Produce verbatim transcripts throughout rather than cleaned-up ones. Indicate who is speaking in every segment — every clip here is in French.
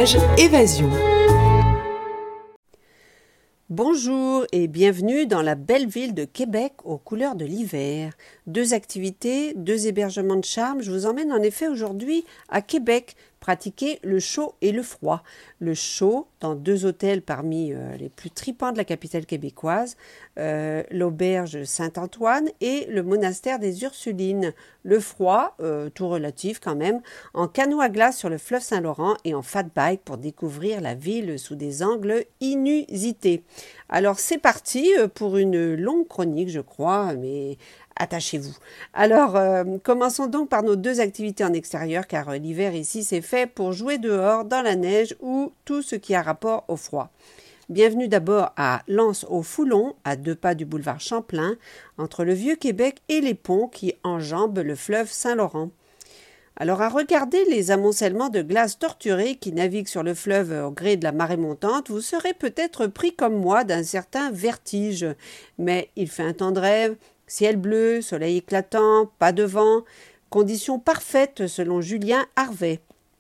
Speaker 1: neige, évasion.
Speaker 2: Bonjour et bienvenue dans la belle ville de Québec aux couleurs de l'hiver. Deux activités, deux hébergements de charme. Je vous emmène en effet aujourd'hui à Québec pratiquer le chaud et le froid. Le chaud dans deux hôtels parmi euh, les plus tripants de la capitale québécoise, euh, l'auberge Saint-Antoine et le monastère des Ursulines. Le froid, euh, tout relatif quand même, en canot à glace sur le fleuve Saint-Laurent et en fat bike pour découvrir la ville sous des angles inusités. Alors c'est parti pour une longue chronique je crois, mais attachez-vous. Alors, euh, commençons donc par nos deux activités en extérieur, car euh, l'hiver ici, c'est fait pour jouer dehors, dans la neige ou tout ce qui a rapport au froid. Bienvenue d'abord à L'Anse-au-Foulon, à deux pas du boulevard Champlain, entre le Vieux-Québec et les ponts qui enjambent le fleuve Saint-Laurent. Alors, à regarder les amoncellements de glace torturées qui naviguent sur le fleuve au gré de la marée montante, vous serez peut-être pris comme moi d'un certain vertige. Mais il fait un temps de rêve, ciel bleu, soleil éclatant, pas de vent, conditions parfaites selon Julien Harvey.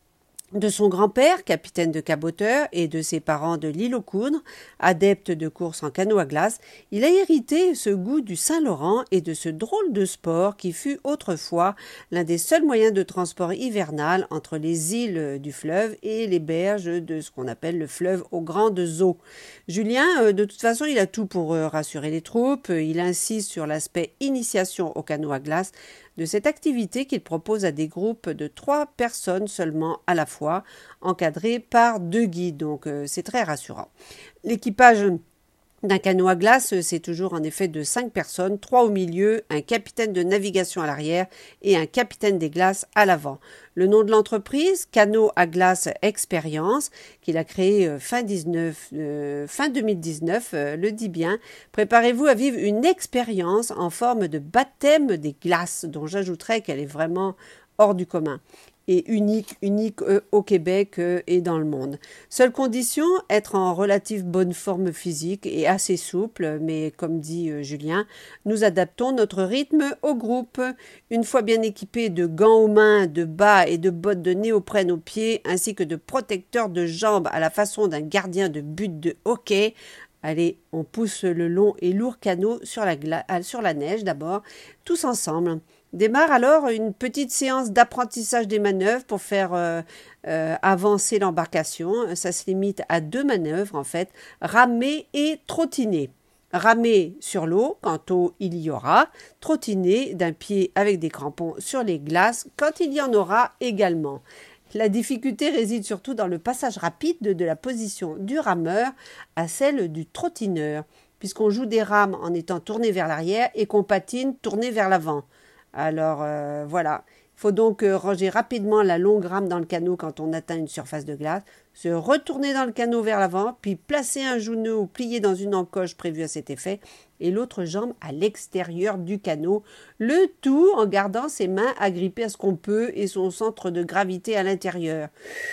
Speaker 2: De son grand-père, capitaine de caboteur, et de ses parents de l'île aux Coudres, adeptes de courses en canot à glace, il a hérité ce goût du Saint-Laurent et de ce drôle de sport qui fut autrefois l'un des seuls moyens de transport hivernal entre les îles du fleuve et les berges de ce qu'on appelle le fleuve aux grandes eaux. Julien, de toute façon, il a tout pour rassurer les troupes. Il insiste sur l'aspect initiation au canot à glace de cette activité qu'il propose à des groupes de trois personnes seulement à la fois, encadrés par deux guides, donc euh, c'est très rassurant. L'équipage d'un canot à glace, c'est toujours en effet de cinq personnes, trois au milieu, un capitaine de navigation à l'arrière et un capitaine des glaces à l'avant. Le nom de l'entreprise, Canot à glace Expérience, qu'il a créé fin, dix-neuf, euh, fin deux mille dix-neuf, euh, le dit bien. Préparez-vous à vivre une expérience en forme de baptême des glaces, dont j'ajouterais qu'elle est vraiment hors du commun et unique, unique euh, au Québec euh, et dans le monde. Seule condition, être en relative bonne forme physique et assez souple, mais comme dit euh, Julien, nous adaptons notre rythme au groupe. Une fois bien équipés de gants aux mains, de bas et de bottes de néoprène aux pieds, ainsi que de protecteurs de jambes à la façon d'un gardien de but de hockey, allez, on pousse le long et lourd canot sur la, gla- sur la neige d'abord, tous ensemble. Démarre alors une petite séance d'apprentissage des manœuvres pour faire euh, euh, avancer l'embarcation. Ça se limite à deux manœuvres en fait, ramer et trottiner. Ramer sur l'eau quand eau il y aura, trottiner d'un pied avec des crampons sur les glaces quand il y en aura également. La difficulté réside surtout dans le passage rapide de, de la position du rameur à celle du trottineur, puisqu'on joue des rames en étant tourné vers l'arrière et qu'on patine tourné vers l'avant. Alors euh, voilà, il faut donc euh, ranger rapidement la longue rame dans le canot quand on atteint une surface de glace, se retourner dans le canot vers l'avant, puis placer un genou ou plié dans une encoche prévue à cet effet et l'autre jambe à l'extérieur du canot, le tout en gardant ses mains agrippées à ce qu'on peut et son centre de gravité à l'intérieur.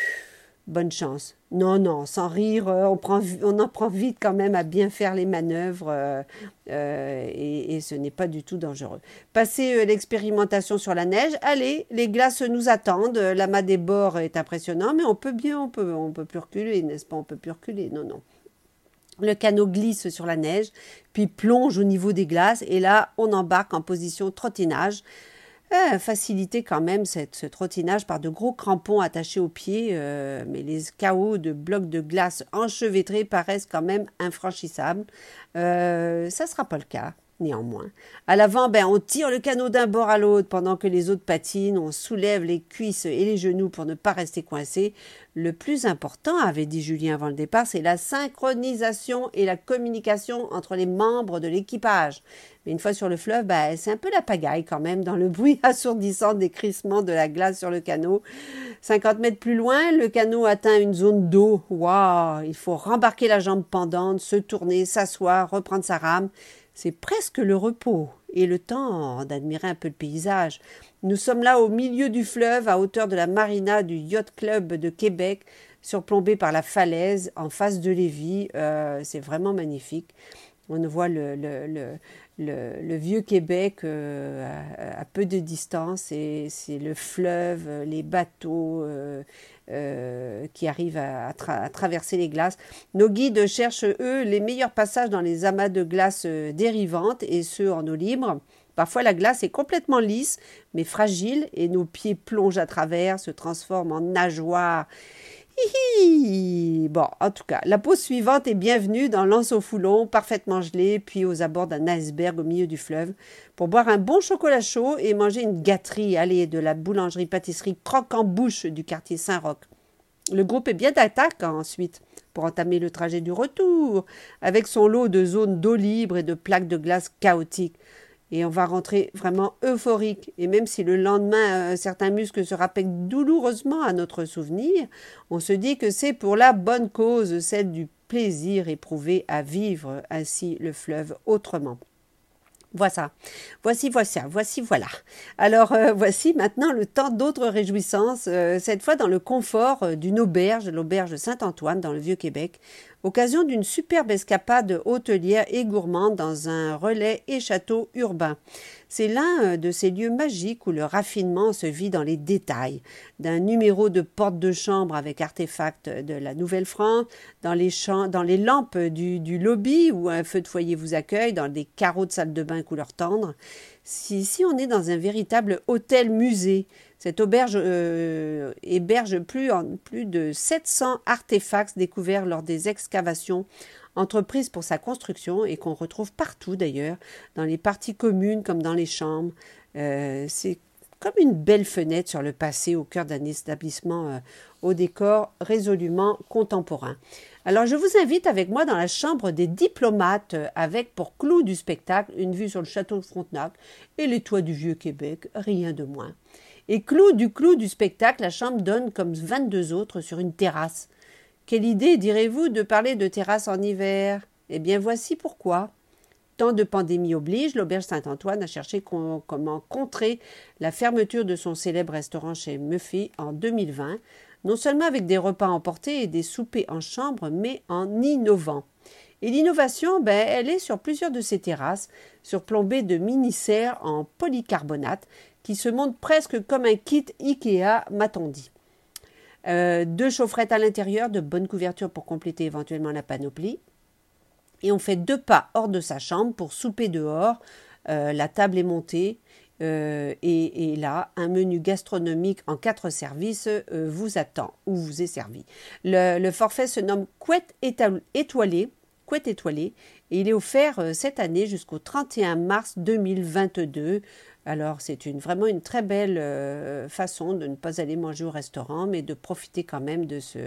Speaker 2: Bonne chance. Non, non, sans rire, euh, on, prend, on en prend vite quand même à bien faire les manœuvres euh, euh, et, et ce n'est pas du tout dangereux. Passé euh, l'expérimentation sur la neige, allez, les glaces nous attendent. L'amas des bords est impressionnant, mais on peut bien, on peut, on peut plus reculer, n'est-ce pas? On peut plus reculer, non, non. Le canot glisse sur la neige, puis plonge au niveau des glaces et là, on embarque en position trottinage. Euh, facilité quand même cette, ce trottinage par de gros crampons attachés aux pieds, euh, mais les cahots de blocs de glace enchevêtrés paraissent quand même infranchissables. Euh, ça ne sera pas le cas, néanmoins. À l'avant, ben, on tire le canot d'un bord à l'autre pendant que les autres patinent, on soulève les cuisses et les genoux pour ne pas rester coincés. Le plus important, avait dit Julien avant le départ, c'est la synchronisation et la communication entre les membres de l'équipage. Mais une fois sur le fleuve, bah, c'est un peu la pagaille quand même dans le bruit assourdissant des crissements de la glace sur le canot. cinquante mètres plus loin, le canot atteint une zone d'eau. Waouh! Il faut rembarquer la jambe pendante, se tourner, s'asseoir, reprendre sa rame. C'est presque le repos et le temps d'admirer un peu le paysage. Nous sommes là au milieu du fleuve, à hauteur de la marina du Yacht Club de Québec, surplombé par la falaise en face de Lévis. Euh, c'est vraiment magnifique. On voit le, le, le, le, le vieux Québec euh, à, à peu de distance, et c'est le fleuve, les bateaux euh, euh, qui arrivent à, à, tra à traverser les glaces. Nos guides cherchent, eux, les meilleurs passages dans les amas de glace euh, dérivantes et ceux en eau libre. Parfois, la glace est complètement lisse, mais fragile, et nos pieds plongent à travers, se transforment en nageoires. Hihi. Bon, en tout cas, la pause suivante est bienvenue dans l'anse au foulon, parfaitement gelée, puis aux abords d'un iceberg au milieu du fleuve, pour boire un bon chocolat chaud et manger une gâterie allée de la boulangerie-pâtisserie croque-en-bouche du quartier Saint-Roch. Le groupe est bien d'attaque ensuite, pour entamer le trajet du retour, avec son lot de zones d'eau libre et de plaques de glace chaotiques. Et on va rentrer vraiment euphorique. Et même si le lendemain, euh, certains muscles se rappellent douloureusement à notre souvenir, on se dit que c'est pour la bonne cause, celle du plaisir éprouvé à vivre ainsi le fleuve autrement. Voilà, voici, voici, voici, voilà. Alors, euh, voici maintenant le temps d'autres réjouissances, euh, cette fois dans le confort euh, d'une auberge, l'auberge Saint-Antoine dans le Vieux-Québec, occasion d'une superbe escapade hôtelière et gourmande dans un relais et château urbain. C'est l'un de ces lieux magiques où le raffinement se vit dans les détails, d'un numéro de porte de chambre avec artefacts de la Nouvelle-France, dans les, champs, dans les lampes du, du lobby où un feu de foyer vous accueille, dans des carreaux de salle de bain couleur tendre. Si, ici, on est dans un véritable hôtel-musée. Cette auberge euh, héberge plus, en, plus de sept cents artefacts découverts lors des excavations entreprises pour sa construction et qu'on retrouve partout d'ailleurs, dans les parties communes comme dans les chambres. Euh, c'est comme une belle fenêtre sur le passé au cœur d'un établissement euh, au décor résolument contemporain. Alors je vous invite avec moi dans la chambre des diplomates avec pour clou du spectacle une vue sur le château de Frontenac et les toits du Vieux-Québec, rien de moins. Et clou du clou du spectacle, la chambre donne comme vingt-deux autres sur une terrasse. Quelle idée, direz-vous, de parler de terrasse en hiver? Eh bien, voici pourquoi. Temps de pandémie oblige, l'auberge Saint-Antoine a cherché con, comment contrer la fermeture de son célèbre restaurant chez Muffy en deux mille vingt, non seulement avec des repas emportés et des soupers en chambre, mais en innovant. Et l'innovation, ben, elle est sur plusieurs de ces terrasses, surplombées de mini-serres en polycarbonate, qui se montrent presque comme un kit Ikea, m'a-t-on dit. Euh, deux chaufferettes à l'intérieur, de bonnes couvertures pour compléter éventuellement la panoplie. Et on fait deux pas hors de sa chambre pour souper dehors. Euh, la table est montée euh, et, et là, un menu gastronomique en quatre services euh, vous attend ou vous est servi. Le, le forfait se nomme Couette étoilée, Couette étoilée et il est offert euh, cette année jusqu'au trente et un mars deux mille vingt-deux. Alors, c'est une, vraiment une très belle euh, façon de ne pas aller manger au restaurant, mais de profiter quand même de ce,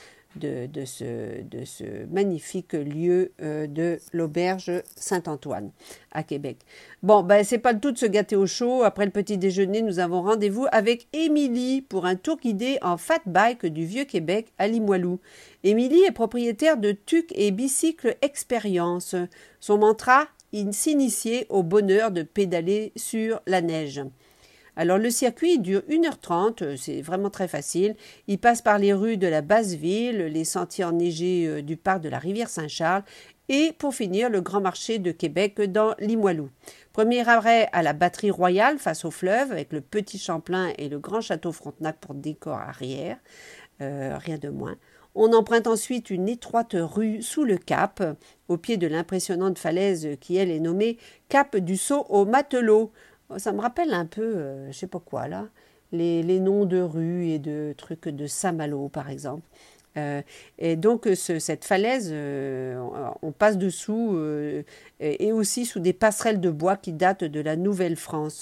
Speaker 2: de, de ce, de ce magnifique lieu euh, de l'auberge Saint-Antoine à Québec. Bon, ben, c'est pas le tout de se gâter au chaud. Après le petit déjeuner, nous avons rendez-vous avec Émilie pour un tour guidé en fat bike du Vieux-Québec à Limoilou. Émilie est propriétaire de Tuc et Bicycle Expérience. Son mantra: s'initier au bonheur de pédaler sur la neige. Alors le circuit dure une heure trente, c'est vraiment très facile. Il passe par les rues de la Basse-Ville, les sentiers enneigés du parc de la rivière Saint-Charles et pour finir le grand marché de Québec dans Limoilou. Premier arrêt à la batterie royale face au fleuve avec le petit Champlain et le grand château Frontenac pour décor arrière, euh, rien de moins. On emprunte ensuite une étroite rue sous le cap, au pied de l'impressionnante falaise qui, elle, est nommée Cap du Saut au Matelot. Ça me rappelle un peu, euh, je sais pas quoi, là, les, les noms de rues et de trucs de Saint-Malo, par exemple. Euh, et donc, ce, cette falaise, euh, on, on passe dessous, euh, et aussi sous des passerelles de bois qui datent de la Nouvelle-France.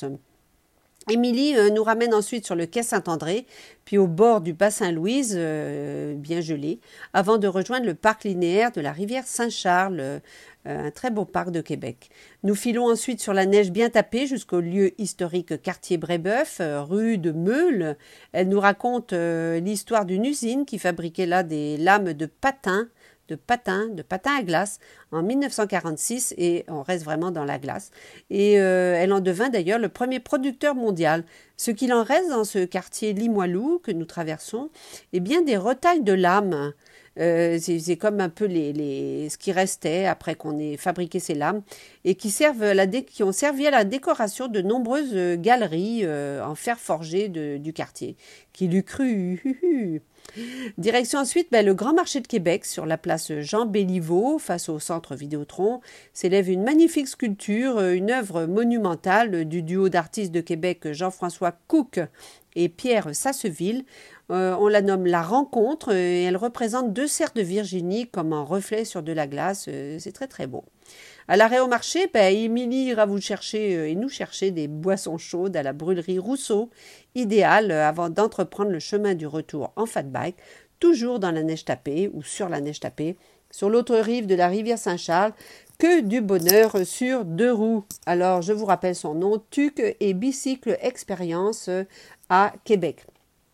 Speaker 2: Émilie euh, nous ramène ensuite sur le quai Saint-André, puis au bord du bassin Louise, euh, bien gelé, avant de rejoindre le parc linéaire de la rivière Saint-Charles, euh, un très beau parc de Québec. Nous filons ensuite sur la neige bien tapée jusqu'au lieu historique quartier Brébeuf, euh, rue de Meule. Elle nous raconte euh, l'histoire d'une usine qui fabriquait là des lames de patins, de patins, de patins à glace en mille neuf cent quarante-six et on reste vraiment dans la glace. Et euh, elle en devint d'ailleurs le premier producteur mondial. Ce qu'il en reste dans ce quartier Limoilou que nous traversons, eh bien des retailles de lames. Euh, c'est, c'est comme un peu les, les, ce qui restait après qu'on ait fabriqué ces lames et qui, servent à la dé, qui ont servi à la décoration de nombreuses galeries euh, en fer forgé de, du quartier. Qui l'eût cru? Direction ensuite ben, le Grand Marché de Québec sur la place Jean Béliveau face au centre Vidéotron s'élève une magnifique sculpture, une œuvre monumentale du duo d'artistes de Québec Jean-François Cook et Pierre Sasseville. Euh, on la nomme La Rencontre et elle représente deux cerfs de Virginie comme en reflet sur de la glace. Euh, c'est très très beau. À l'arrêt au marché, ben, Émilie ira vous chercher euh, et nous chercher des boissons chaudes à la brûlerie Rousseau, idéale euh, avant d'entreprendre le chemin du retour en fat bike, toujours dans la neige tapée ou sur la neige tapée, sur l'autre rive de la rivière Saint-Charles. Que du bonheur sur deux roues. Alors, je vous rappelle son nom, T U C et Bicycle Expérience euh, à Québec.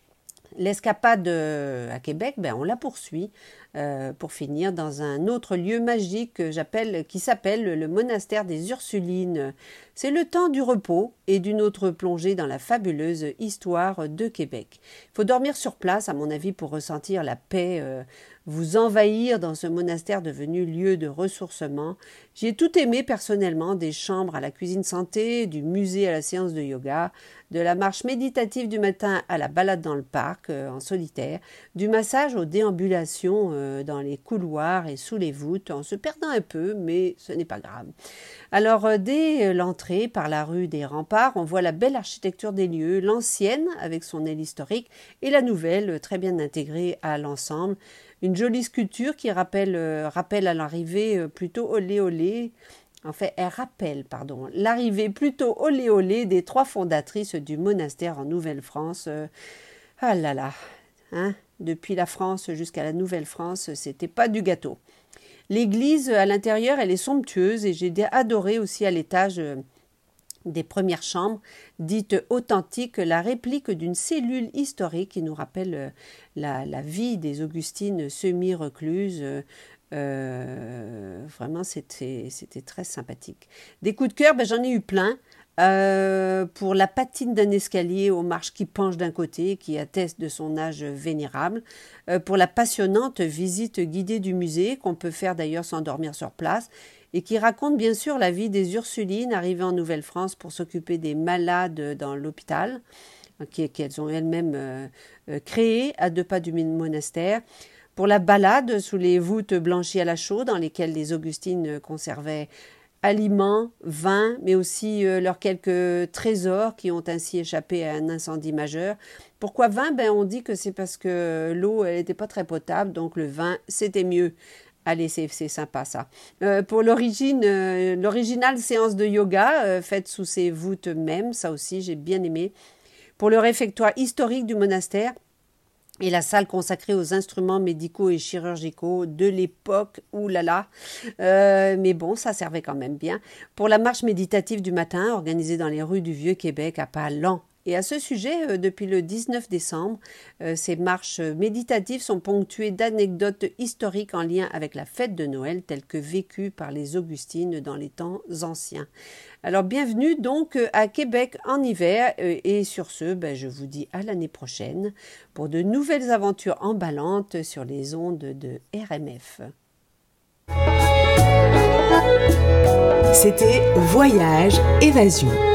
Speaker 2: L'escapade à Québec, ben, on la poursuit euh, pour finir dans un autre lieu magique que j'appelle, qui s'appelle le monastère des Ursulines. C'est le temps du repos et d'une autre plongée dans la fabuleuse histoire de Québec. Il faut dormir sur place, à mon avis, pour ressentir la paix, euh, vous envahir dans ce monastère devenu lieu de ressourcement. J'y ai tout aimé personnellement, des chambres à la cuisine santé, du musée à la séance de yoga, de la marche méditative du matin à la balade dans le parc euh, en solitaire, du massage aux déambulations euh, dans les couloirs et sous les voûtes, en se perdant un peu, mais ce n'est pas grave. Alors, euh, dès l'entrée par la rue des Remparts, on voit la belle architecture des lieux, l'ancienne avec son aile historique et la nouvelle, très bien intégrée à l'ensemble. Une jolie sculpture qui rappelle, euh, rappelle à l'arrivée euh, plutôt olé olé. En fait, elle rappelle, pardon, l'arrivée plutôt olé olé des trois fondatrices du monastère en Nouvelle-France. Euh, ah là là, hein, depuis la France jusqu'à la Nouvelle-France, c'était pas du gâteau. L'église à l'intérieur, elle est somptueuse et j'ai adoré aussi à l'étage euh, des premières chambres, dites authentiques, la réplique d'une cellule historique qui nous rappelle euh, la, la vie des Augustines semi-recluses. Euh, Euh, vraiment, c'était, c'était très sympathique. Des coups de cœur, ben, j'en ai eu plein. Euh, pour la patine d'un escalier aux marches qui penchent d'un côté, qui atteste de son âge vénérable. Euh, pour la passionnante visite guidée du musée, qu'on peut faire d'ailleurs sans dormir sur place, et qui raconte bien sûr la vie des Ursulines arrivées en Nouvelle-France pour s'occuper des malades dans l'hôpital, qu'elles ont elles-mêmes euh, créé à deux pas du monastère. Pour la balade sous les voûtes blanchies à la chaux dans lesquelles les Augustines conservaient aliments, vins, mais aussi euh, leurs quelques trésors qui ont ainsi échappé à un incendie majeur. Pourquoi vin? Ben, on dit que c'est parce que l'eau n'était pas très potable, donc le vin, c'était mieux. Allez, c'est, c'est sympa ça. Euh, pour l'origine, euh, l'originale séance de yoga euh, faite sous ces voûtes mêmes, ça aussi j'ai bien aimé. Pour le réfectoire historique du monastère, et la salle consacrée aux instruments médicaux et chirurgicaux de l'époque, oulala, euh, mais bon, ça servait quand même bien. Pour la marche méditative du matin, organisée dans les rues du Vieux-Québec à pas lents. Et à ce sujet, euh, depuis le dix-neuf décembre, euh, ces marches méditatives sont ponctuées d'anecdotes historiques en lien avec la fête de Noël telle que vécue par les Augustines dans les temps anciens. Alors bienvenue donc à Québec en hiver euh, et sur ce, ben, je vous dis à l'année prochaine pour de nouvelles aventures emballantes sur les ondes de R M F.
Speaker 1: C'était Voyage Évasion.